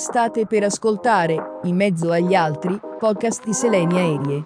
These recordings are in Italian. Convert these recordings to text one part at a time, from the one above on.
State per ascoltare, in mezzo agli altri, podcast di Seleni Aerie.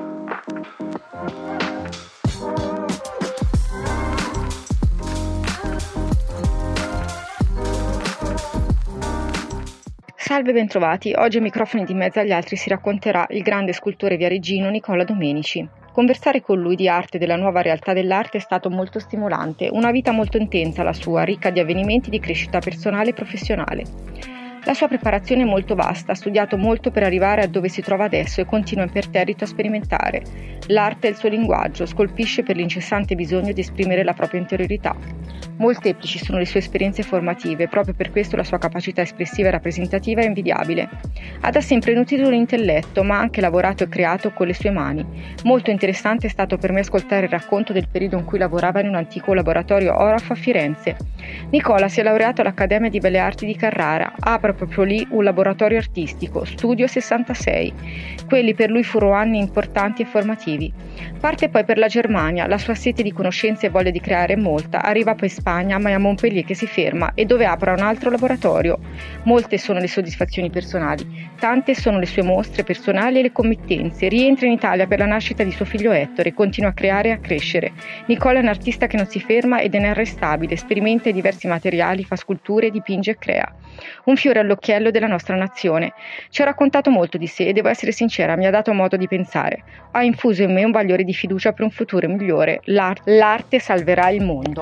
Salve, bentrovati. Oggi ai microfoni di Mezzo agli altri si racconterà il grande scultore viareggino Nicola Domenici. Conversare con lui di arte e della nuova realtà dell'arte è stato molto stimolante, una vita molto intensa la sua, ricca di avvenimenti di crescita personale e professionale. La sua preparazione è molto vasta, ha studiato molto per arrivare a dove si trova adesso e continua imperterrito a sperimentare. L'arte è il suo linguaggio, scolpisce per l'incessante bisogno di esprimere la propria interiorità. Molteplici sono le sue esperienze formative, proprio per questo la sua capacità espressiva e rappresentativa è invidiabile. Ha da sempre nutrito l'intelletto, ma ha anche lavorato e creato con le sue mani. Molto interessante è stato per me ascoltare il racconto del periodo in cui lavorava in un antico laboratorio ORAF a Firenze. Nicola si è laureato all'Accademia di Belle Arti di Carrara, apre proprio lì un laboratorio artistico, Studio 66. Quelli per lui furono anni importanti e formativi. Parte poi per la Germania, la sua sete di conoscenze e voglia di creare è molta, arriva poi in Spagna, ma è a Montpellier che si ferma e dove apre un altro laboratorio. Molte sono le soddisfazioni personali, tante sono le sue mostre personali e le committenze. Rientra in Italia per la nascita di suo figlio Ettore e continua a creare e a crescere. Nicola è un artista che non si ferma ed è inarrestabile, sperimenta i diversi materiali, fa sculture, dipinge e crea. Un fiore all'occhiello della nostra nazione. Ci ha raccontato molto di sé e devo essere sincera, mi ha dato modo di pensare. Ha infuso in me un bagliore di fiducia per un futuro migliore. L'arte salverà il mondo.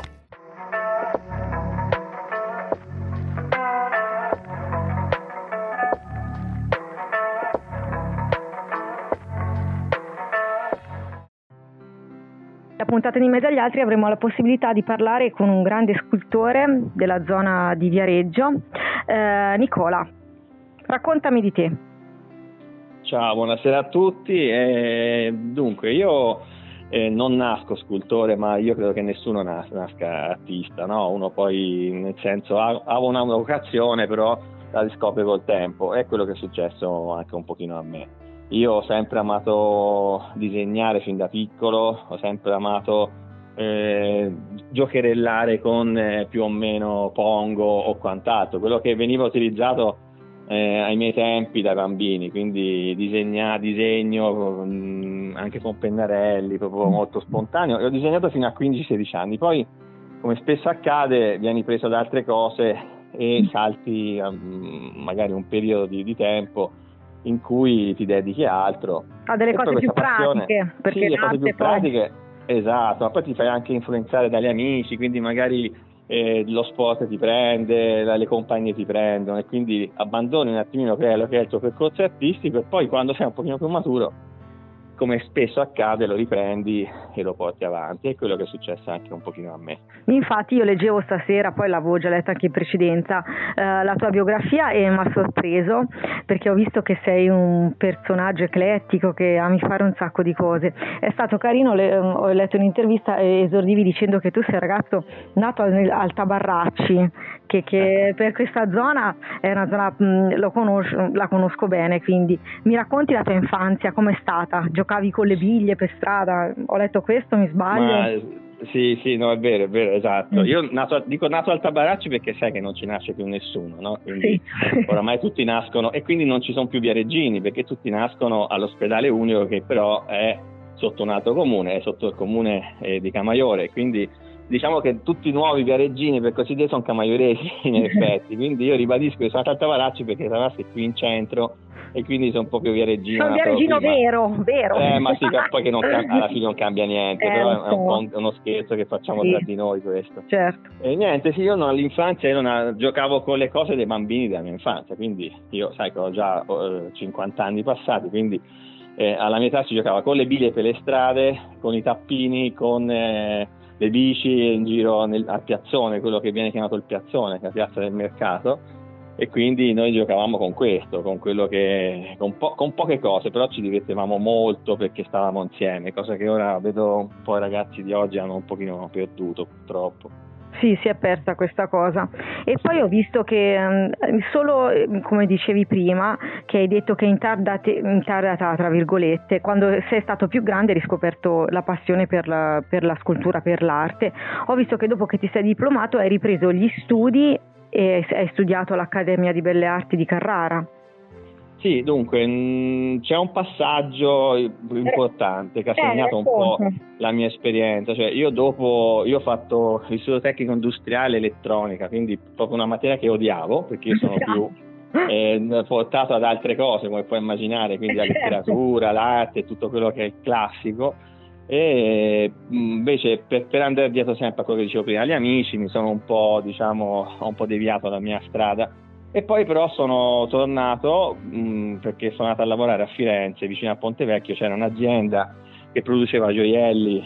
La puntata di Mezzo agli altri avremo la possibilità di parlare con un grande scultore della zona di Viareggio, Nicola. Raccontami di te. Ciao, buonasera a tutti. Dunque, io non nasco scultore, ma io credo che nessuno nasca artista, no? Uno poi, nel senso, ha una vocazione, però la riscopre col tempo. È quello che è successo anche un pochino a me. Io ho sempre amato disegnare fin da piccolo, ho sempre amato giocherellare con più o meno Pongo o quant'altro, quello che veniva utilizzato ai miei tempi da bambini, quindi disegno anche con pennarelli, proprio molto spontaneo, e ho disegnato fino a 15-16 anni. Poi, come spesso accade, vieni preso da altre cose e salti magari un periodo di tempo in cui ti dedichi a altro. A delle cose più pratiche, perché sì, le cose più pratiche, esatto, ma poi ti fai anche influenzare dagli amici, quindi magari lo sport ti prende, le compagnie ti prendono e quindi abbandoni un attimino quello che è il tuo percorso artistico e poi quando sei un pochino più maturo, come spesso accade, lo riprendi e lo porti avanti. È quello che è successo anche un pochino a me. Infatti io leggevo stasera, poi l'avevo già letta anche in precedenza, la tua biografia e mi ha sorpreso perché ho visto che sei un personaggio eclettico, che ami fare un sacco di cose. È stato carino, ho letto un'intervista e esordivi dicendo che tu sei un ragazzo nato al Tabarracci, che per questa zona è una zona, la conosco bene, quindi mi racconti la tua infanzia, com'è stata? Giocavi con le biglie per strada? Ho letto questo, mi sbaglio? Sì, no, è vero, esatto. Io dico nato al Tabaracci perché sai che non ci nasce più nessuno, no? Quindi sì. Oramai tutti nascono, e quindi non ci sono più viareggini, perché tutti nascono all'ospedale unico, che però è sotto un altro comune, è sotto il comune di Camaiore, quindi diciamo che tutti i nuovi viareggini, per così dire, sono camaioresi in effetti, quindi io ribadisco che sono nato al Tabaracci perché Tabaracci è qui in centro e quindi sono proprio viareggino. Sono viareggino vero. Ma sì, poi che alla fine non cambia niente, però è un po' uno scherzo che facciamo tra di noi questo. Certo. E niente, sì, all'infanzia giocavo con le cose dei bambini della mia infanzia, quindi io sai che ho già 50 anni passati, quindi alla mia età si giocava con le biglie per le strade, con i tappini, con le bici in giro al piazzone, quello che viene chiamato il piazzone, che è la piazza del mercato, e quindi noi giocavamo con questo, con quello che con poche cose, però ci divertivamo molto perché stavamo insieme, cosa che ora vedo un po' i ragazzi di oggi hanno un pochino perduto, purtroppo. Sì, si è persa questa cosa. E poi ho visto che solo, come dicevi prima, che hai detto che in tarda età, tra virgolette, quando sei stato più grande hai riscoperto la passione per la scultura, per l'arte. Ho visto che dopo che ti sei diplomato hai ripreso gli studi E hai studiato all'Accademia di Belle Arti di Carrara. Sì, dunque c'è un passaggio importante che ha segnato un po' la mia esperienza. Cioè, io ho fatto l'istituto tecnico industriale elettronica, quindi proprio una materia che odiavo, perché io sono più portato ad altre cose, come puoi immaginare, quindi la letteratura, l'arte, tutto quello che è il classico. E invece per andare dietro sempre a quello che dicevo prima, agli amici, mi sono un po', ho un po' deviato la mia strada. E poi però sono tornato perché sono andato a lavorare a Firenze, vicino a Ponte Vecchio. C'era un'azienda che produceva gioielli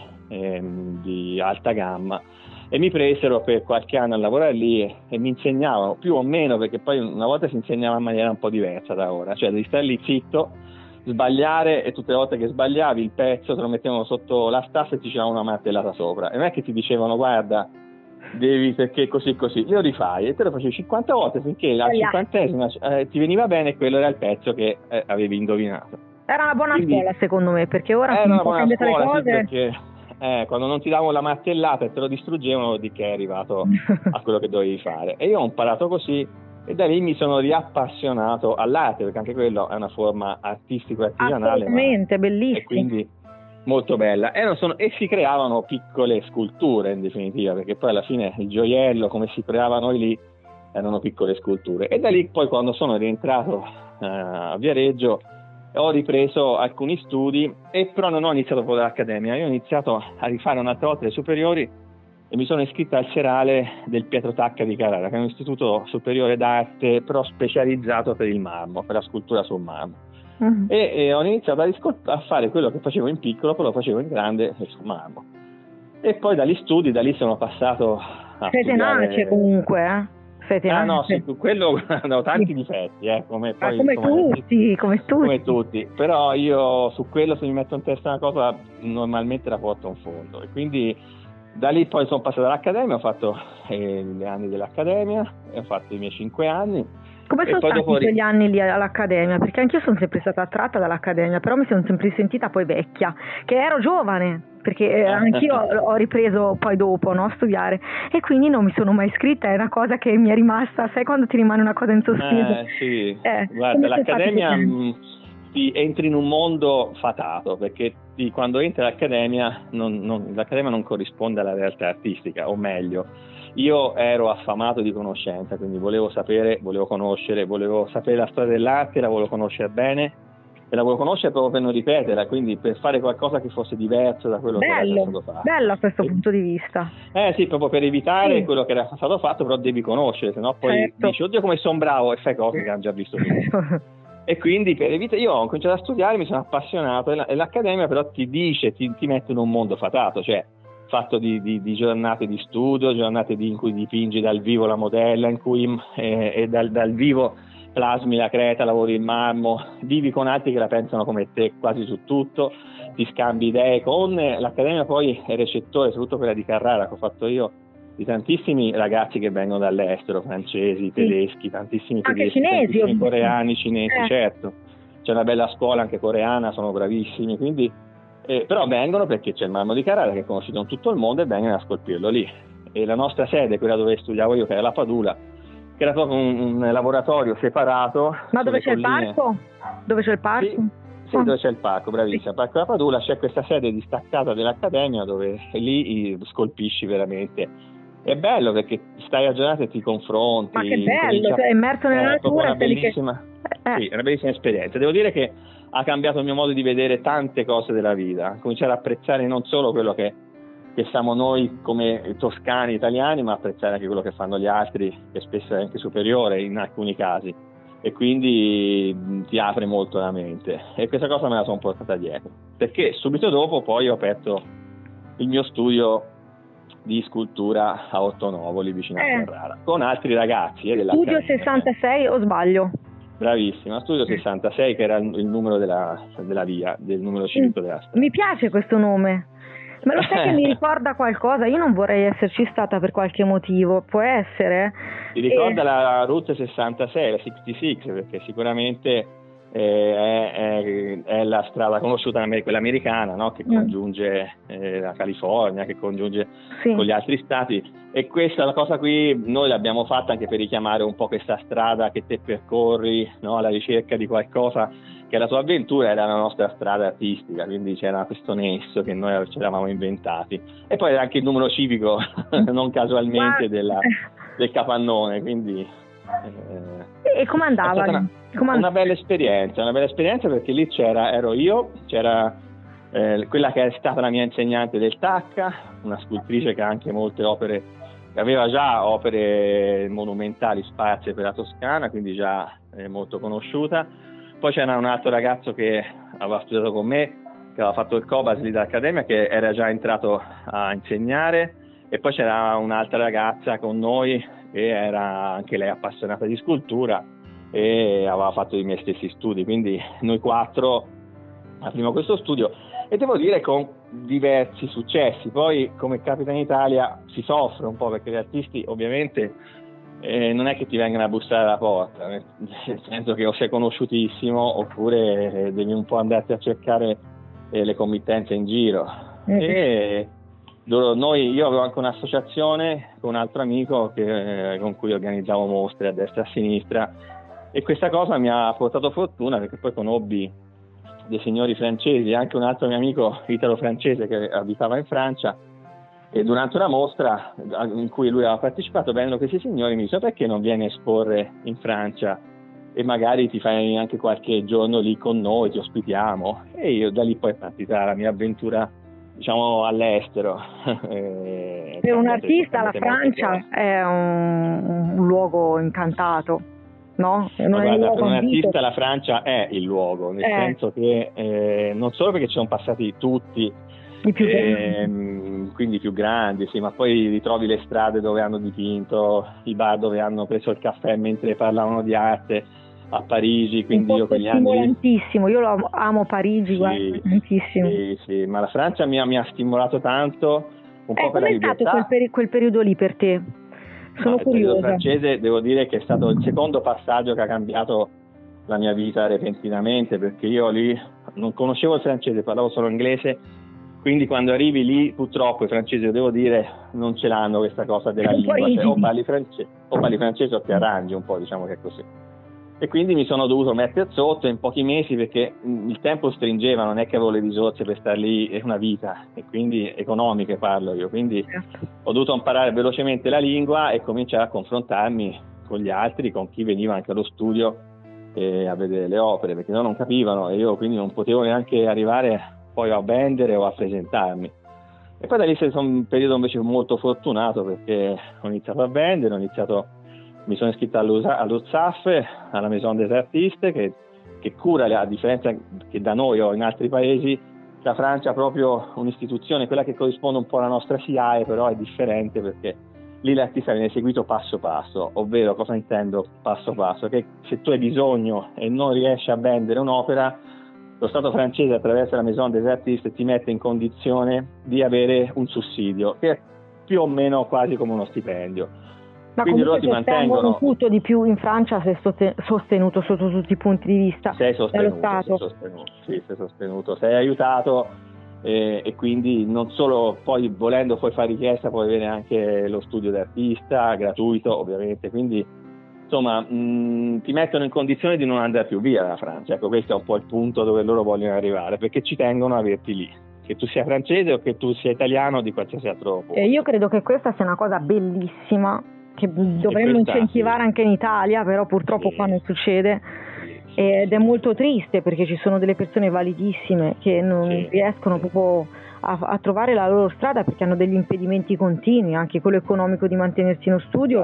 di alta gamma e mi presero per qualche anno a lavorare lì e mi insegnavano più o meno, perché poi una volta si insegnava in maniera un po' diversa da ora, cioè devi stare lì zitto, sbagliare, e tutte le volte che sbagliavi il pezzo te lo mettevano sotto la stassa e ti c'era una martellata sopra, e non è che ti dicevano guarda devi, perché così, lo rifai, e te lo facevi 50 volte finché la 50esima ti veniva bene e quello era il pezzo che avevi indovinato. Era una buona scuola secondo me, perché ora era una buona cambiate le scuola, cose. sì, perché quando non ti davano la martellata e te lo distruggevano, di che è arrivato a quello che dovevi fare. E io ho imparato così e da lì mi sono riappassionato all'arte, perché anche quello è una forma artistico-artigianale. Assolutamente, bellissimo. E quindi molto bella, e si creavano piccole sculture in definitiva, perché poi alla fine il gioiello, come si creava noi lì, erano piccole sculture. E da lì poi, quando sono rientrato a Viareggio, ho ripreso alcuni studi, e però non ho iniziato proprio dall'Accademia, io ho iniziato a rifare un'altra volta le superiori e mi sono iscritto al Serale del Pietro Tacca di Carrara, che è un istituto superiore d'arte però specializzato per il marmo, per la scultura sul marmo. E ho iniziato a fare quello che facevo in piccolo, poi lo facevo in grande e su marmo. E poi dagli studi, da lì sono passato a tenace comunque, no, sì, quello hanno tanti difetti, come tutti, però io su quello, se mi metto in testa una cosa, normalmente la porto in fondo. E quindi da lì poi sono passato all'Accademia, ho fatto gli anni dell'Accademia, ho fatto i miei 5 anni. Come sono stati quegli anni lì all'Accademia? Perché anch'io sono sempre stata attratta dall'Accademia, però mi sono sempre sentita poi vecchia, che ero giovane, perché anch'io ho ripreso poi dopo, no, a studiare, e quindi non mi sono mai iscritta. È una cosa che mi è rimasta, sai quando ti rimane una cosa in sospeso? Sì, guarda, l'Accademia ti entri in un mondo fatato, perché quando entri all'Accademia l'Accademia non corrisponde alla realtà artistica, o meglio, io ero affamato di conoscenza, quindi volevo sapere, volevo conoscere, volevo sapere la storia dell'arte, la volevo conoscere bene, e la volevo conoscere proprio per non ripeterla, quindi per fare qualcosa che fosse diverso da quello che era stato fatto. Bello a questo punto di vista. Sì, proprio per evitare quello che era stato fatto, però devi conoscere, sennò poi dici oddio come sono bravo, e fai cose che hanno già visto tutti. E quindi per evitare, io ho cominciato a studiare, mi sono appassionato, e l'Accademia però ti dice, ti mette in un mondo fatato, cioè fatto di giornate di studio, giornate in cui dipingi dal vivo la modella, in cui dal vivo plasmi la creta, lavori il marmo, vivi con altri che la pensano come te quasi su tutto, ti scambi idee con l'Accademia. Poi è recettore, soprattutto quella di Carrara che ho fatto io, di tantissimi ragazzi che vengono dall'estero, francesi, tedeschi, tantissimi tedeschi, cinesi, tantissimi coreani, cinesi, certo. C'è una bella scuola anche coreana, sono bravissimi, quindi però vengono perché c'è il marmo di Carrara che è conosciuto in tutto il mondo, e vengono a scolpirlo lì. E la nostra sede, quella dove studiavo io, che era la Padula, che era proprio un laboratorio separato. Ma dove c'è colline. Il parco? Dove c'è il parco? Sì, dove c'è il parco, bravissima. Sì. Parco della Padula, c'è questa sede distaccata dell'Accademia dove lì scolpisci veramente. È bello perché stai a giornata e ti confronti. Ma che bello, cioè immerso nella natura. È una bellissima, sì, una bellissima esperienza. Devo dire che ha cambiato il mio modo di vedere tante cose della vita, cominciare a apprezzare non solo quello che siamo noi come toscani italiani, ma apprezzare anche quello che fanno gli altri, che spesso è anche superiore in alcuni casi, e quindi ti apre molto la mente. E questa cosa me la sono portata dietro, perché subito dopo poi ho aperto il mio studio di scultura a Ottonovoli, vicino a Carrara, con altri ragazzi Studio 66 o sbaglio? Bravissima, Studio 66, che era il numero della via, del numero civico della strada. Mi piace questo nome. Ma lo sai che mi ricorda qualcosa? Io non vorrei esserci stata per qualche motivo, può essere? Ti ricorda la Route 66, la 66, perché sicuramente è la strada conosciuta in America, quella americana, no? Che congiunge la California, che congiunge con gli altri stati, e questa la cosa qui noi l'abbiamo fatta anche per richiamare un po' questa strada che te percorri, no? Alla ricerca di qualcosa che la tua avventura era la nostra strada artistica, quindi c'era questo nesso che noi ci eravamo inventati, e poi era anche il numero civico non casualmente del capannone, quindi e come andava? È stata una bella esperienza perché lì ero io, c'era quella che è stata la mia insegnante del Tacca, una scultrice che ha anche molte opere, che aveva già opere monumentali sparse per la Toscana, quindi già molto conosciuta. Poi c'era un altro ragazzo che aveva studiato con me, che aveva fatto il COBAS lì dall'Accademia, che era già entrato a insegnare, e poi c'era un'altra ragazza con noi che era anche lei appassionata di scultura e aveva fatto i miei stessi studi, quindi noi 4 apriamo questo studio, e devo dire con diversi successi. Poi, come capita in Italia, si soffre un po' perché gli artisti ovviamente non è che ti vengano a bussare alla porta, nel senso che o sei conosciutissimo oppure devi un po' andarti a cercare le committenze in giro. E io avevo anche un'associazione con un altro amico con cui organizzavo mostre a destra e a sinistra, e questa cosa mi ha portato fortuna perché poi conobbi dei signori francesi, anche un altro mio amico italo-francese che abitava in Francia, e durante una mostra in cui lui aveva partecipato vennero questi signori e mi dissero: perché non vieni a esporre in Francia e magari ti fai anche qualche giorno lì con noi, ti ospitiamo? E io da lì poi è partita la mia avventura, diciamo, all'estero. Per un artista la Francia è un luogo incantato, no? Ma guarda, per un artista la Francia è il luogo, nel senso che non solo perché ci sono passati tutti, i più grandi. quindi i più grandi, sì, ma poi ritrovi le strade dove hanno dipinto, i bar dove hanno preso il caffè mentre parlavano di arte a Parigi, quindi io quegli anni stimolantissimo, io lo amo Parigi, guarda, tantissimo. Sì, ma la Francia mi ha stimolato tanto, un po' per la libertà. Com'è stato quel periodo lì per te? Sono curiosa. Il periodo francese, devo dire che è stato il secondo passaggio che ha cambiato la mia vita repentinamente, perché io lì non conoscevo il francese, parlavo solo inglese, quindi quando arrivi lì purtroppo i francesi, devo dire, non ce l'hanno questa cosa della lingua, cioè, o parli francese o ti arrangi un po', diciamo che è così. E quindi mi sono dovuto mettere sotto in pochi mesi perché il tempo stringeva, non è che avevo le risorse per stare lì, è una vita, e quindi economiche parlo io, quindi ho dovuto imparare velocemente la lingua e cominciare a confrontarmi con gli altri, con chi veniva anche allo studio a vedere le opere, perché no, non capivano, e io quindi non potevo neanche arrivare poi a vendere o a presentarmi. E poi da lì è stato un periodo invece molto fortunato, perché ho iniziato a vendere, mi sono iscritto all'URSSAF, alla Maison des Artistes, che cura, a differenza che da noi o in altri paesi, la Francia ha proprio un'istituzione, quella che corrisponde un po' alla nostra SIAE, però è differente perché lì l'artista viene seguito passo passo, ovvero cosa intendo passo passo? Che se tu hai bisogno e non riesci a vendere un'opera, lo Stato francese attraverso la Maison des Artistes ti mette in condizione di avere un sussidio, che è più o meno quasi come uno stipendio. Ma quindi loro ti mantengono tutto di più in Francia, sei sostenuto sotto tutti i punti di vista dallo Stato. Sei sostenuto, sei aiutato e quindi non solo, poi volendo poi fare richiesta puoi avere anche lo studio d'artista gratuito ovviamente, quindi insomma ti mettono in condizione di non andare più via dalla Francia. Ecco, questo è un po' il punto dove loro vogliono arrivare, perché ci tengono a averti lì, che tu sia francese o che tu sia italiano o di qualsiasi altro posto. Io credo che questa sia una cosa bellissima che dovremmo incentivare anche in Italia, però purtroppo qua non succede, ed è molto triste perché ci sono delle persone validissime che non riescono proprio a trovare la loro strada perché hanno degli impedimenti continui, anche quello economico di mantenersi in uno studio.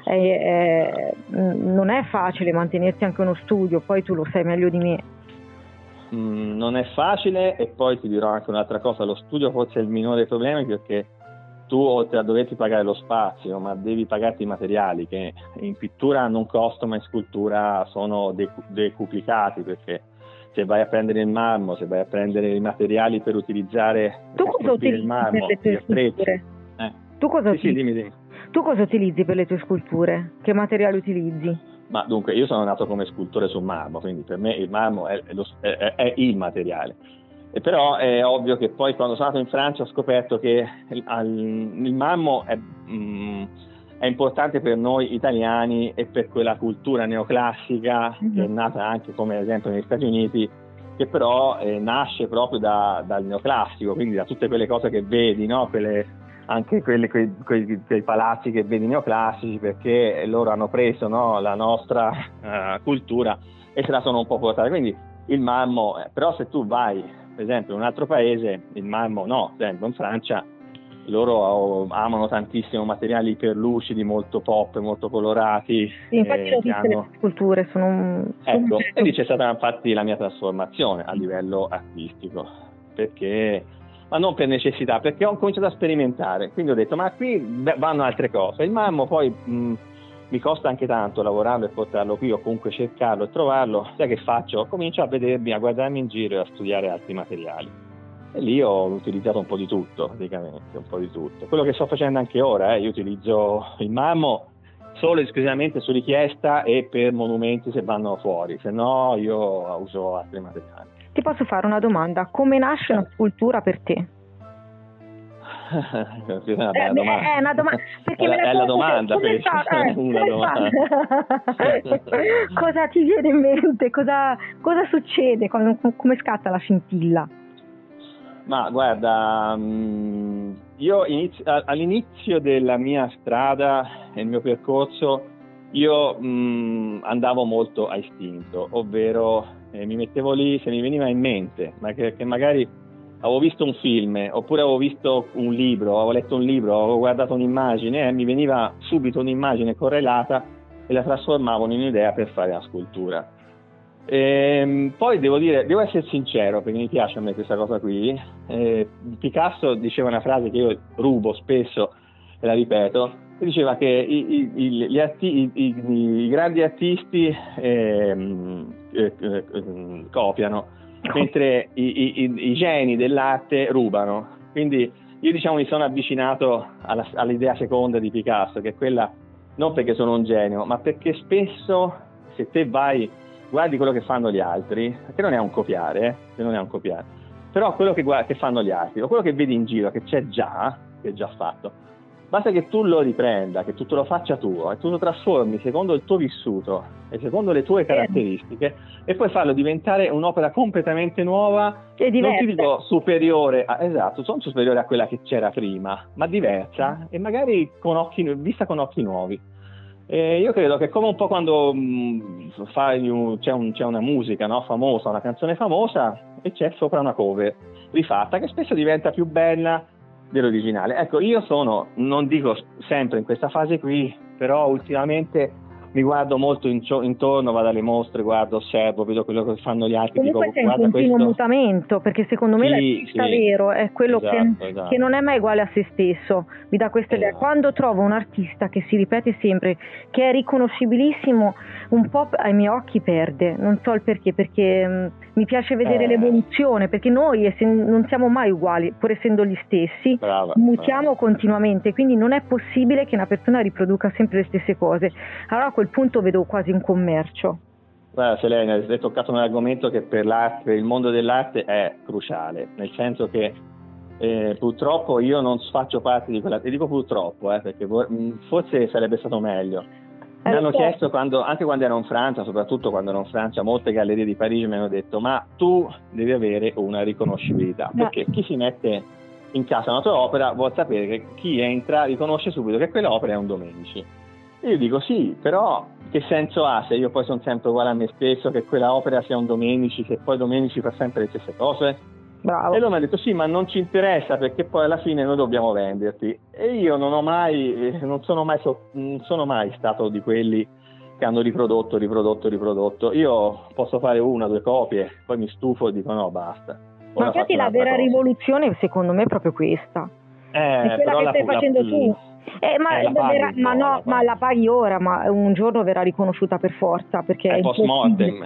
Non è facile mantenersi anche uno studio, poi tu lo sai meglio di me. Non è facile, e poi ti dirò anche un'altra cosa: lo studio forse è il minore dei problemi, perché tu oltre a doverti pagare lo spazio, ma devi pagarti i materiali che in pittura non costano, ma in scultura sono decuplicati, perché se vai a prendere il marmo, se vai a prendere i materiali per utilizzare il marmo, per le tue sculture? Tu cosa dimmi. Tu cosa utilizzi per le tue sculture? Che materiali utilizzi? Ma dunque, io sono nato come scultore su marmo, quindi per me il marmo è il materiale. E però è ovvio che poi quando sono andato in Francia ho scoperto che il marmo è importante per noi italiani e per quella cultura neoclassica che è nata anche, come ad esempio negli Stati Uniti, che però nasce proprio dal neoclassico, quindi da tutte quelle cose che vedi, no? Anche quei palazzi che vedi neoclassici, perché loro hanno preso, no, la nostra cultura e se la sono un po' portata. Quindi il marmo, però se tu vai per esempio in un altro paese, il marmo no, per esempio in Francia loro amano tantissimo materiali iperlucidi, molto pop, molto colorati. Sì, infatti ho visto le sculture, Ecco, e lì c'è stata infatti la mia trasformazione a livello artistico, ma non per necessità, perché ho cominciato a sperimentare, quindi ho detto ma qui vanno altre cose. Il marmo poi mi costa anche tanto lavorarlo e portarlo qui o comunque cercarlo e trovarlo. Sai che faccio? Comincio a guardarmi in giro e a studiare altri materiali. E lì ho utilizzato un po' di tutto, praticamente, un po' di tutto. Quello che sto facendo anche ora, io utilizzo il marmo solo e esclusivamente su richiesta e per monumenti se vanno fuori, se no io uso altri materiali. Ti posso fare una domanda? Come nasce una scultura per te? È una bella domanda. È una domanda. È la domanda. Una domanda. Cosa ti viene in mente? Cosa succede? Come scatta la scintilla? Ma guarda, io all'inizio della mia strada e il mio percorso io andavo molto a istinto, ovvero mi mettevo lì se mi veniva in mente, ma che magari avevo visto un film, oppure avevo visto un libro, avevo letto un libro, avevo guardato un'immagine e mi veniva subito un'immagine correlata e la trasformavo in un'idea per fare la scultura. Poi devo essere sincero, perché mi piace a me questa cosa qui. Picasso diceva una frase che io rubo spesso e la ripeto, e diceva che i grandi artisti copiano, mentre i geni dell'arte rubano. Quindi io mi sono avvicinato all'idea seconda di Picasso, che è quella non perché sono un genio, ma perché spesso se te guardi quello che fanno gli altri, che non è un copiare, però quello che fanno gli altri, o quello che vedi in giro, che è già fatto, basta che tu lo riprenda, che tu te lo faccia tuo e tu lo trasformi secondo il tuo vissuto e secondo le tue caratteristiche e puoi farlo diventare un'opera completamente nuova e diversa. Non ti dico superiore, non superiore a quella che c'era prima, ma diversa e magari vista con occhi nuovi. Io credo che come un po' quando c'è una musica, no, famosa, una canzone famosa e c'è sopra una cover rifatta che spesso diventa più bella dell'originale. Ecco, io non dico sempre in questa fase qui, però ultimamente mi guardo molto intorno, vado alle mostre, osservo, vedo quello che fanno gli altri. Comunque c'è un continuo mutamento, perché secondo me l'artista vero è quello esatto. Che non è mai uguale a se stesso. Mi dà questa idea. Quando trovo un artista che si ripete sempre, che è riconoscibilissimo, un po' ai miei occhi perde. Non so il perché mi piace vedere l'evoluzione, perché noi non siamo mai uguali, pur essendo gli stessi, mutiamo continuamente, quindi non è possibile che una persona riproduca sempre le stesse cose. Allora a quel punto vedo quasi un commercio. Guarda Selenia, hai toccato un argomento che per il mondo dell'arte è cruciale, nel senso che purtroppo io non faccio parte di quella, e dico purtroppo perché forse sarebbe stato meglio. Mi hanno chiesto anche quando ero in Francia, soprattutto quando ero in Francia, molte gallerie di Parigi mi hanno detto ma tu devi avere una riconoscibilità, perché chi si mette in casa una tua opera vuol sapere che chi entra riconosce subito che quell'opera è un Domenici. Io dico sì, però che senso ha se io poi sono sempre uguale a me stesso, che quella opera sia un Domenici, se poi Domenici fa sempre le stesse cose? Bravo. E lui mi ha detto sì, ma non ci interessa perché poi alla fine noi dobbiamo venderti. E io non sono mai stato di quelli che hanno riprodotto. Io posso fare 1 o 2 copie, poi mi stufo e dico no, basta. Ma infatti la vera rivoluzione secondo me è proprio questa. È quella che stai facendo tu. Ma la paghi ora, ma un giorno verrà riconosciuta per forza, perché è post mortem.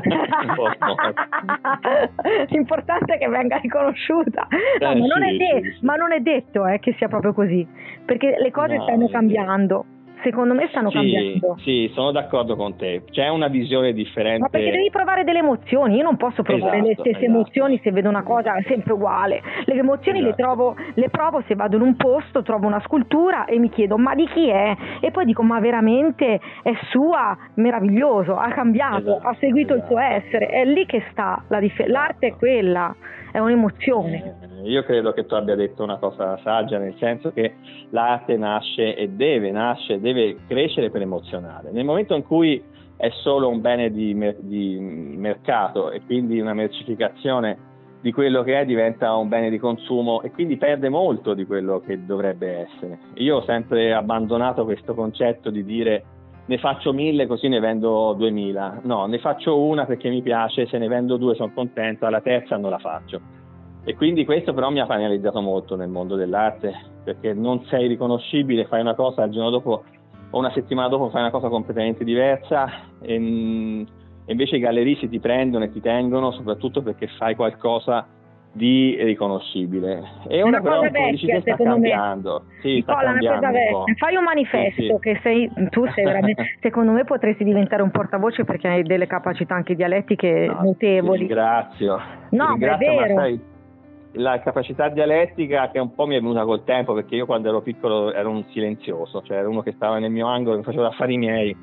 L'importante è che venga riconosciuta. Ma non è detto che sia proprio così, perché le cose stanno cambiando. secondo me stanno cambiando. Sì, sono d'accordo con te, c'è una visione differente. Ma perché devi provare delle emozioni, io non posso provare le stesse emozioni se vedo una cosa sempre uguale. Le emozioni le provo se vado in un posto, trovo una scultura e mi chiedo ma di chi è? E poi dico ma veramente è sua? Meraviglioso, ha cambiato, ha seguito il suo essere, è lì che sta l'arte è quella, è un'emozione. Io credo che tu abbia detto una cosa saggia, nel senso che l'arte nasce e deve crescere per emozionare. Nel momento in cui è solo un bene di mercato e quindi una mercificazione di quello che è, diventa un bene di consumo e quindi perde molto di quello che dovrebbe essere. Io ho sempre abbandonato questo concetto di dire ne faccio 1000 così ne vendo 2000. No, ne faccio una perché mi piace, se ne vendo 2 sono contento, alla terza non la faccio. E quindi questo però mi ha penalizzato molto nel mondo dell'arte, perché non sei riconoscibile, fai una cosa, il giorno dopo o una settimana dopo fai una cosa completamente diversa e invece i galleristi ti prendono e ti tengono soprattutto perché fai qualcosa di riconoscibile. E ora però sta cambiando. Sì, sta cambiando un po'. Fai un manifesto che tu sei veramente, secondo me potresti diventare un portavoce perché hai delle capacità anche dialettiche notevoli. Ti ringrazio. No, ma è vero. Ma sai, la capacità dialettica che un po' mi è venuta col tempo, perché io quando ero piccolo ero un silenzioso, cioè ero uno che stava nel mio angolo, che faceva affari miei.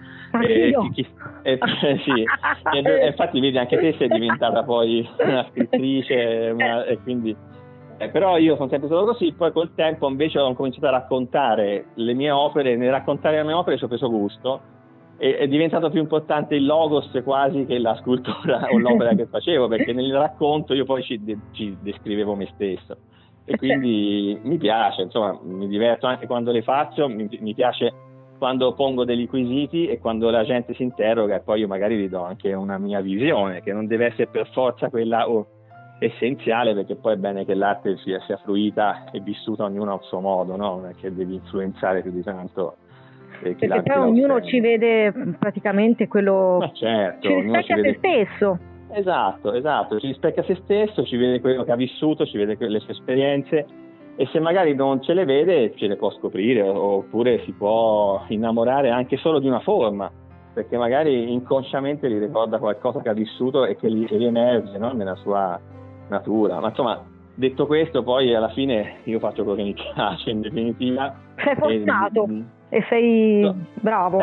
Infatti vedi, anche te sei diventata poi una scrittrice e quindi però io sono sempre stato così. Poi col tempo invece ho cominciato a raccontare le mie opere, nel raccontare le mie opere ci ho preso gusto. È diventato più importante il logos quasi che la scultura o l'opera che facevo, perché nel racconto io poi ci descrivevo me stesso e quindi mi piace, insomma, mi diverto anche quando le faccio, mi piace quando pongo dei quesiti e quando la gente si interroga e poi io magari gli do anche una mia visione, che non deve essere per forza quella essenziale, perché poi è bene che l'arte sia fruita e vissuta ognuno a suo modo, no? Non è che devi influenzare più di tanto. Perché poi ognuno ci vede praticamente quello. Ma certo, ci rispecchia se stesso. Esatto, ci rispecchia se stesso, ci vede quello che ha vissuto, ci vede le sue esperienze e se magari non ce le vede ce le può scoprire oppure si può innamorare anche solo di una forma, perché magari inconsciamente gli ricorda qualcosa che ha vissuto e che gli riemerge, no? Nella sua natura. Ma insomma, detto questo, poi alla fine io faccio quello che mi piace in definitiva. Sei fortunato. E sei bravo.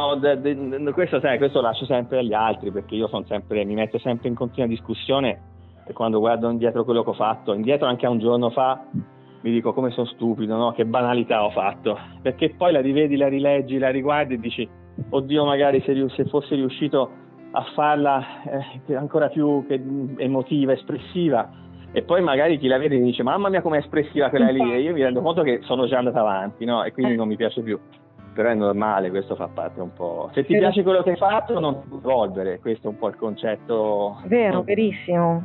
Questo lascio sempre agli altri, perché io mi metto sempre in continua discussione e quando guardo indietro quello che ho fatto, indietro anche a un giorno fa, mi dico come sono stupido, no? Che banalità ho fatto, perché poi la rivedi, la rileggi, la riguardi e dici oddio, magari se fossi riuscito a farla ancora più emotiva, espressiva, e poi magari chi la vede mi dice mamma mia com'è espressiva quella lì, e io mi rendo conto che sono già andata avanti, no? E quindi non mi piace più, però è normale, questo fa parte un po', se ti piace quello che hai fatto non ti evolvere, questo è un po' il concetto. Vero, verissimo.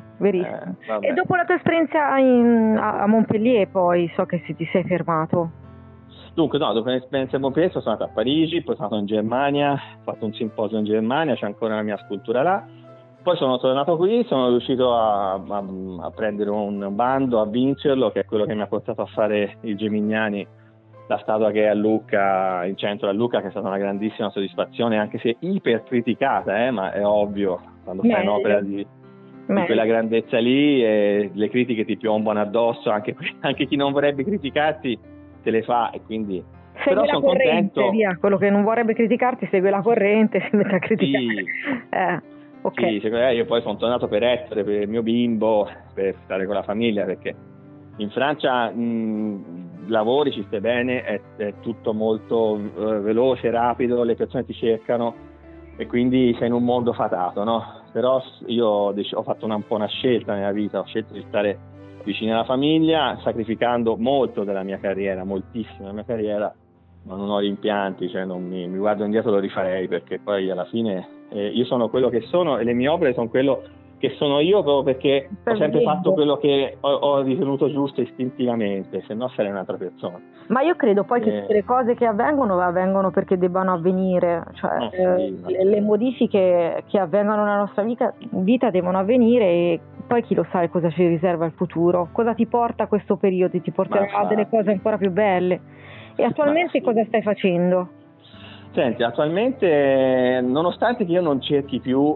E dopo la tua esperienza a Montpellier poi so che ti sei fermato. Dunque no, dopo l'esperienza a Montpellier sono andato a Parigi, poi sono andato in Germania, ho fatto un simposio in Germania, c'è ancora la mia scultura là. Poi sono tornato qui, sono riuscito a prendere un bando, a vincerlo, che è quello che mi ha portato a fare il Gemignani, la statua che è a Lucca, in centro a Lucca, che è stata una grandissima soddisfazione, anche se iper criticata, ma è ovvio, quando fai un'opera di quella grandezza lì, le critiche ti piombano addosso, anche chi non vorrebbe criticarti te le fa, e quindi però sono contento. Via. Quello che non vorrebbe criticarti segue la corrente, si mette a criticare. Sì. Okay. Sì, io poi sono tornato per Ettore, per il mio bimbo, per stare con la famiglia, perché in Francia lavori, ci stai bene, è tutto molto veloce, rapido, le persone ti cercano e quindi sei in un mondo fatato, no? Però io ho fatto un po' una scelta nella vita, ho scelto di stare vicino alla famiglia, sacrificando molto della mia carriera, moltissimo della mia carriera, ma non ho rimpianti, cioè non mi guardo indietro, lo rifarei, perché poi alla fine io sono quello che sono e le mie opere sono quello che sono io, proprio perché ho sempre fatto quello che ho ritenuto giusto istintivamente, se no sarei un'altra persona. Ma io credo poi che tutte le cose che avvengono perché debbano avvenire, cioè le modifiche che avvengono nella nostra vita devono avvenire, e poi chi lo sa cosa ci riserva il futuro, cosa ti porta questo periodo, ti porterà a delle cose ancora più belle. E attualmente cosa stai facendo? Senti, attualmente, nonostante che io non cerchi più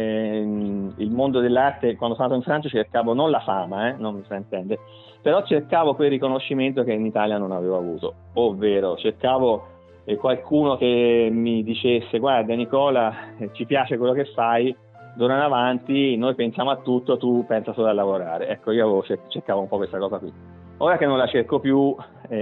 il mondo dell'arte, quando sono andato in Francia cercavo non la fama, non mi fraintende, però cercavo quel riconoscimento che in Italia non avevo avuto, ovvero cercavo qualcuno che mi dicesse: guarda Nicola, ci piace quello che fai, d'ora in avanti noi pensiamo a tutto, tu pensa solo a lavorare. Ecco, io cercavo un po' questa cosa qui. Ora che non la cerco più,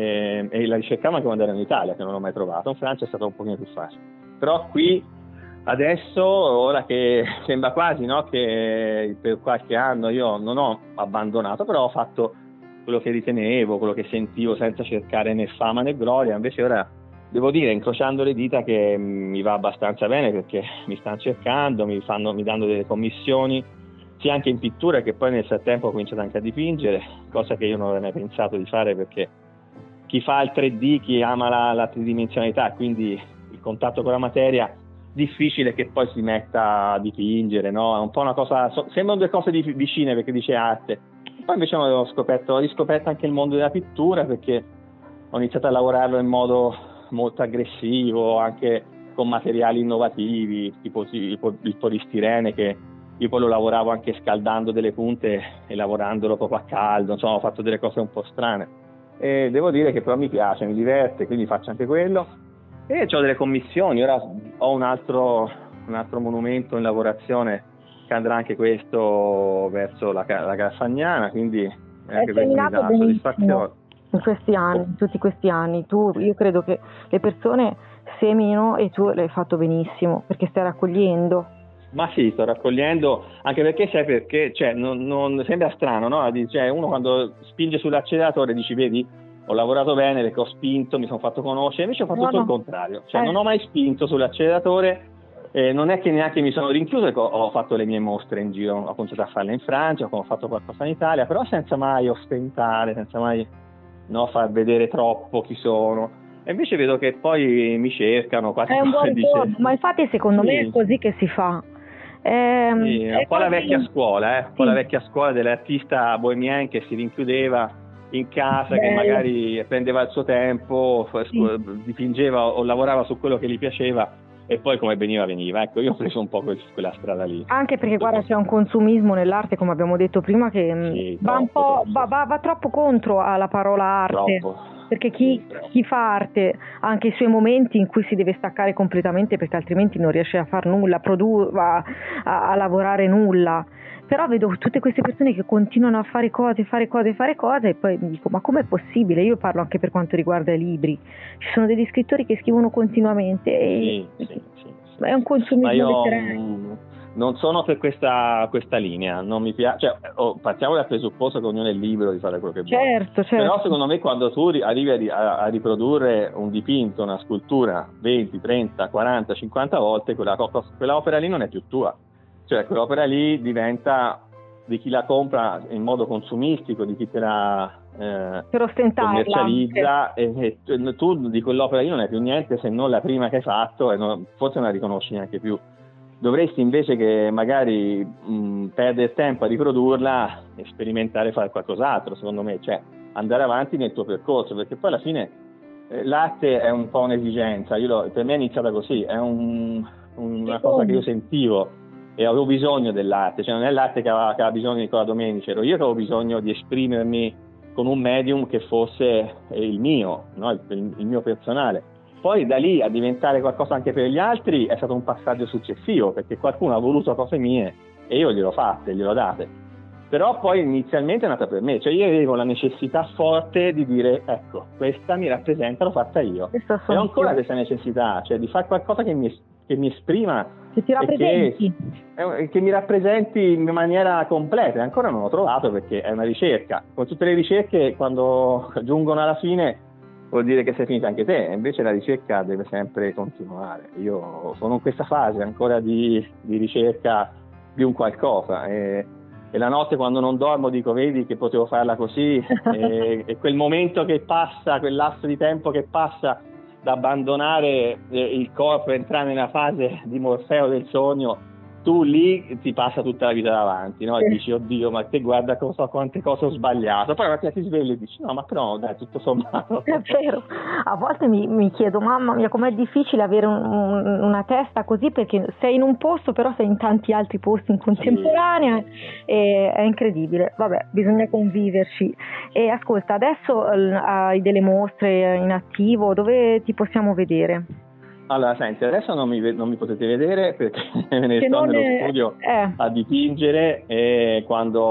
e la ricercavo anche quando ero in Italia, che non l'ho mai trovato, in Francia è stato un pochino più facile. Però qui, adesso, ora che sembra quasi, no, che per qualche anno io non ho abbandonato, però ho fatto quello che ritenevo, quello che sentivo, senza cercare né fama né gloria. Invece ora devo dire, incrociando le dita, che mi va abbastanza bene, perché mi stanno cercando, mi danno delle commissioni, sia anche in pittura, che poi nel frattempo ho cominciato anche a dipingere, cosa che io non avrei mai pensato di fare, perché chi fa il 3D, chi ama la tridimensionalità, quindi il contatto con la materia, difficile che poi si metta a dipingere, no? È un po' una cosa, sembrano due cose vicine, perché dice arte. Poi invece ho riscoperto anche il mondo della pittura, perché ho iniziato a lavorarlo in modo molto aggressivo, anche con materiali innovativi, tipo il polistirene, che io poi lo lavoravo anche scaldando delle punte e lavorandolo proprio a caldo, insomma ho fatto delle cose un po' strane. E devo dire che però mi piace, mi diverte, quindi faccio anche quello. E ho delle commissioni, ora ho un altro monumento in lavorazione, che andrà anche questo verso la Graffagnana, quindi anche questo mi dà soddisfazione. In questi anni, tutti questi anni, io credo che le persone seminino e tu l'hai fatto benissimo, perché stai raccogliendo. Ma sì, sto raccogliendo, anche perché sai perché, cioè, non sembra strano, no? Cioè, uno quando spinge sull'acceleratore dici: vedi, ho lavorato bene perché ho spinto, mi sono fatto conoscere. Invece ho fatto tutto il contrario, cioè non ho mai spinto sull'acceleratore, non è che neanche mi sono rinchiuso, ho fatto le mie mostre in giro, ho cominciato a farle in Francia, ho fatto qualcosa in Italia, però senza mai ostentare, senza mai far vedere troppo chi sono. E invece vedo che poi mi cercano quasi, è un buon dice, ma infatti secondo me è così che si fa. Sì, è un po' la vecchia scuola, un po' la vecchia scuola dell'artista bohemien che si rinchiudeva in casa, che magari prendeva il suo tempo, dipingeva o lavorava su quello che gli piaceva, e poi come veniva. Ecco, io ho preso un po' quella strada lì. Anche perché guarda, c'è un consumismo nell'arte, come abbiamo detto prima, che va troppo contro alla parola arte. Troppo. Perché chi fa arte ha anche i suoi momenti in cui si deve staccare completamente, perché altrimenti non riesce a far nulla, a lavorare nulla. Però vedo tutte queste persone che continuano a fare cose, e poi mi dico: ma com'è possibile? Io parlo anche per quanto riguarda i libri. Ci sono degli scrittori che scrivono continuamente e è un consumismo letterario. Non sono per questa linea, non mi piace, cioè, partiamo dal presupposto che ognuno è libero di fare quello che vuole. Certo. Però secondo me quando tu arrivi a riprodurre un dipinto, una scultura 20, 30, 40, 50 volte, quella opera lì non è più tua, cioè quell'opera lì diventa di chi la compra in modo consumistico, di chi te la commercializza, e tu di quell'opera lì non è più niente se non la prima che hai fatto, e forse non la riconosci neanche più. Dovresti, invece che magari perdere tempo a riprodurla, sperimentare, fare qualcos'altro, secondo me, cioè andare avanti nel tuo percorso, perché poi alla fine l'arte è un po' un'esigenza. Per me è iniziata così, è una cosa che io sentivo e avevo bisogno dell'arte, cioè non è l'arte che aveva bisogno di Nicola Domenici, ero io che avevo bisogno di esprimermi con un medium che fosse il mio, no? il mio personale. Poi da lì a diventare qualcosa anche per gli altri è stato un passaggio successivo, perché qualcuno ha voluto cose mie e io gliel'ho fatte, gliel'ho date. Però poi inizialmente è nata per me, cioè io avevo la necessità forte di dire: ecco, questa mi rappresenta, l'ho fatta io. E ho ancora questa necessità, cioè di fare qualcosa che mi esprima, che ti rappresenti, che mi rappresenti in maniera completa. E ancora non l'ho trovato, perché è una ricerca. Con tutte le ricerche, quando giungono alla fine, vuol dire che sei finita anche te, invece la ricerca deve sempre continuare. Io sono in questa fase ancora di ricerca di un qualcosa, e la notte quando non dormo dico: vedi che potevo farla così, e quel momento che passa, quel lasso di tempo che passa da abbandonare il corpo e entrare nella fase di Morfeo del sogno, tu lì ti passa tutta la vita davanti, no? E dici, oddio, ma te guarda quante cose ho sbagliato. Poi ti svegli e dici, no, ma però dai, tutto sommato. È vero, a volte mi chiedo, mamma mia, com'è difficile avere una testa così, perché sei in un posto, però sei in tanti altri posti in contemporanea, Sì. E è incredibile. Vabbè, bisogna conviverci. E ascolta, adesso hai delle mostre in attivo, dove ti possiamo vedere? Allora, senti, adesso non mi potete vedere perché me ne sto nello studio a dipingere, e quando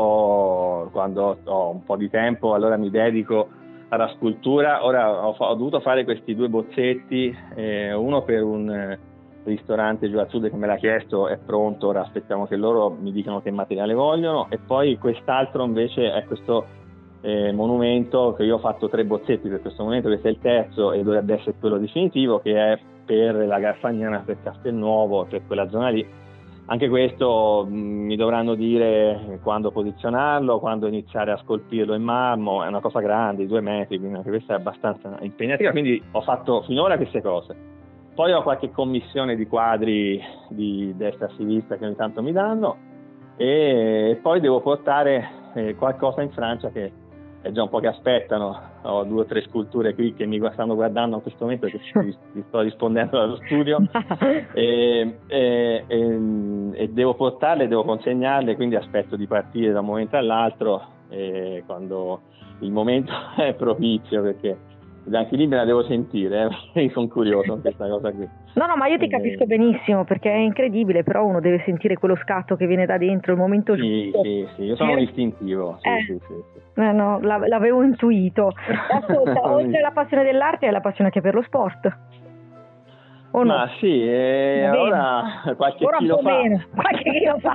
ho un po' di tempo allora mi dedico alla scultura. Ora ho dovuto fare questi 2 bozzetti, uno per un ristorante giù al sud che me l'ha chiesto, è pronto, ora aspettiamo che loro mi dicano che materiale vogliono, e poi quest'altro invece è questo monumento che io ho fatto 3 bozzetti per questo monumento, questo è il terzo e dovrebbe essere quello definitivo, che è per la Garfagnana, per Castelnuovo, per quella zona lì. Anche questo mi dovranno dire quando posizionarlo, quando iniziare a scolpirlo in marmo. È una cosa grande, 2 metri, quindi anche questa è abbastanza impegnativa, quindi ho fatto finora queste cose. Poi ho qualche commissione di quadri di destra a sinistra che ogni tanto mi danno, e poi devo portare qualcosa in Francia, che è già un po' che aspettano. Ho 2 o 3 sculture qui che mi stanno guardando in questo momento, che vi sto rispondendo dallo studio, e devo portarle, devo consegnarle, quindi aspetto di partire da un momento all'altro, quando il momento è propizio, perché anche lì me la devo sentire, sono curioso di questa cosa qui. No, ma io ti capisco benissimo, perché è incredibile, però uno deve sentire quello scatto che viene da dentro, il momento giusto. Sì, io sono un istintivo, sì. No, l'avevo intuito. Ascolta, oltre alla passione dell'arte, hai la passione anche per lo sport? O no? Ma sì, allora qualche chilo fa.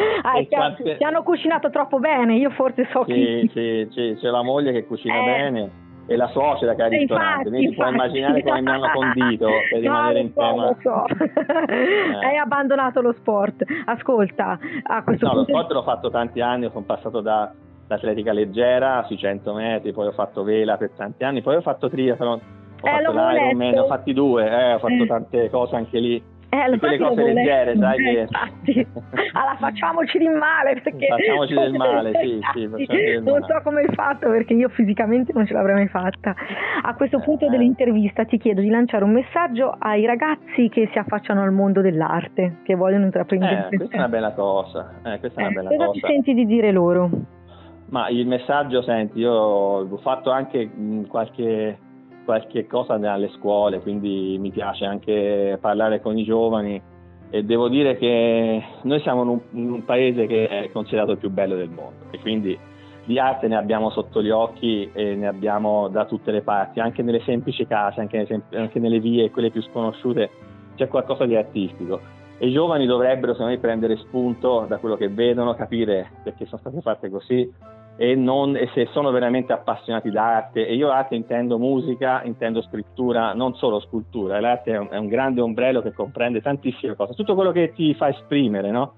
Ti hanno cucinato troppo bene, io forse so chi. Sì, c'è la moglie che cucina bene, e la suocera che ha il ristorante, quindi puoi immaginare come mi hanno condito per rimanere in tema. Lo so. Hai abbandonato lo sport. Ascolta, a questo punto... lo sport l'ho fatto tanti anni, sono passato da atletica leggera sui 100 metri, poi ho fatto vela per tanti anni, poi ho fatto triathlon, ho fatto l'Ironman, ho fatti 2, ho fatto tante cose anche lì. Quelle cose leggere, sai che... Infatti. Allora facciamoci del male, perché... Facciamoci del male, sì, non so come hai fatto, perché io fisicamente non ce l'avrei mai fatta. A questo punto dell'intervista ti chiedo di lanciare un messaggio ai ragazzi che si affacciano al mondo dell'arte, che vogliono intraprendere. Questa è una bella cosa. Cosa ti senti di dire loro? Ma il messaggio, senti, io ho fatto anche qualche cosa alle scuole, quindi mi piace anche parlare con i giovani, e devo dire che noi siamo in un paese che è considerato il più bello del mondo, e quindi di arte ne abbiamo sotto gli occhi e ne abbiamo da tutte le parti, anche nelle semplici case, anche nelle vie, quelle più sconosciute, c'è qualcosa di artistico, e i giovani dovrebbero secondo me prendere spunto da quello che vedono, capire perché sono state fatte così, e se sono veramente appassionati d'arte. E io arte intendo musica, intendo scrittura, non solo scultura. L'arte è un grande ombrello che comprende tantissime cose, tutto quello che ti fa esprimere, no?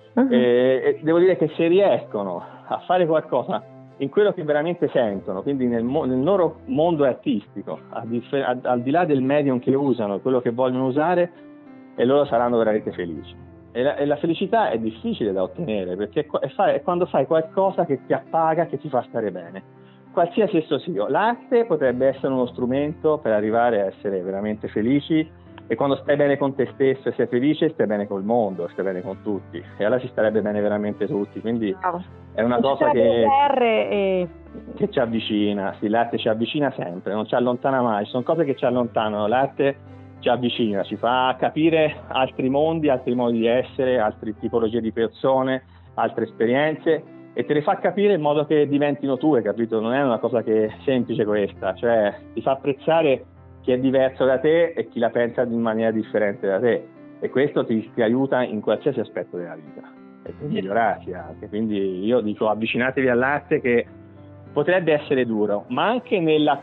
E devo dire che se riescono a fare qualcosa in quello che veramente sentono, quindi nel loro mondo artistico, al di là del medium che usano, quello che vogliono usare, e loro saranno veramente felici. E la felicità è difficile da ottenere, perché è quando fai qualcosa che ti appaga, che ti fa stare bene, qualsiasi esso sia. L'arte potrebbe essere uno strumento per arrivare a essere veramente felici, e quando stai bene con te stesso e sei felice, stai bene col mondo, stai bene con tutti, e allora si starebbe bene veramente tutti. Quindi è una cosa che ci avvicina. Sì, l'arte ci avvicina sempre, non ci allontana mai. Ci sono cose che ci allontanano, l'arte ci avvicina, ci fa capire altri mondi, altri modi di essere, altre tipologie di persone, altre esperienze, e te le fa capire in modo che diventino tue, capito? Non è una cosa che è semplice questa, cioè ti fa apprezzare chi è diverso da te e chi la pensa in maniera differente da te, e questo ti aiuta in qualsiasi aspetto della vita e per migliorarsi anche. Quindi io dico, avvicinatevi all'arte, che potrebbe essere duro, ma anche nella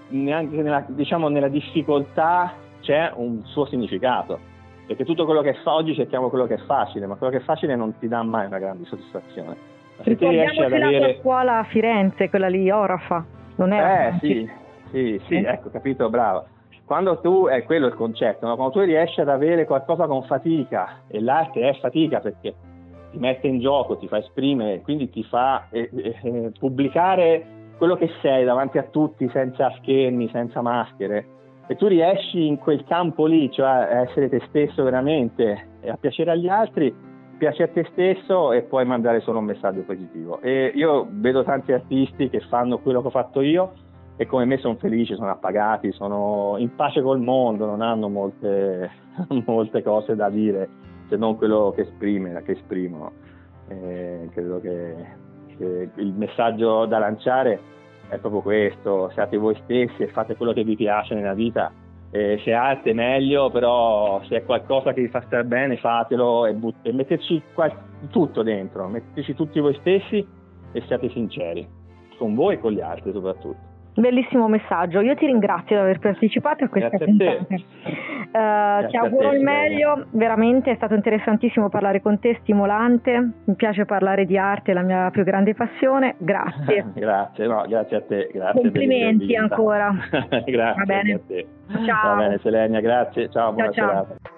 difficoltà c'è un suo significato, perché tutto quello che fa oggi cerchiamo quello che è facile, ma quello che è facile non ti dà mai una grande soddisfazione. Se ti riesci ad avere la tua scuola a Firenze, quella lì, Orafa, non è? Sì, ecco, capito, brava. quando tu, è quello il concetto, no? Quando tu riesci ad avere qualcosa con fatica, e l'arte è fatica perché ti mette in gioco, ti fa esprimere, quindi ti fa pubblicare quello che sei davanti a tutti, senza schermi, senza maschere, e tu riesci in quel campo lì, cioè a essere te stesso veramente, e a piacere agli altri, piaci a te stesso e puoi mandare solo un messaggio positivo. E io vedo tanti artisti che fanno quello che ho fatto io e come me sono felici, sono appagati, sono in pace col mondo, non hanno molte cose da dire se non quello che esprimono. Credo che il messaggio da lanciare è proprio questo: siate voi stessi e fate quello che vi piace nella vita. Se è arte meglio, però se è qualcosa che vi fa stare bene, fatelo e metteteci tutto dentro, metteteci tutti voi stessi e siate sinceri con voi e con gli altri soprattutto. Bellissimo messaggio, io ti ringrazio di aver partecipato a questa puntata. Ti auguro il meglio, veramente è stato interessantissimo parlare con te, stimolante, mi piace parlare di arte, è la mia più grande passione, grazie. Grazie a te, grazie. Complimenti ancora. Grazie. Va bene. A te. Ciao. Va bene Selenia, grazie, ciao, buona serata.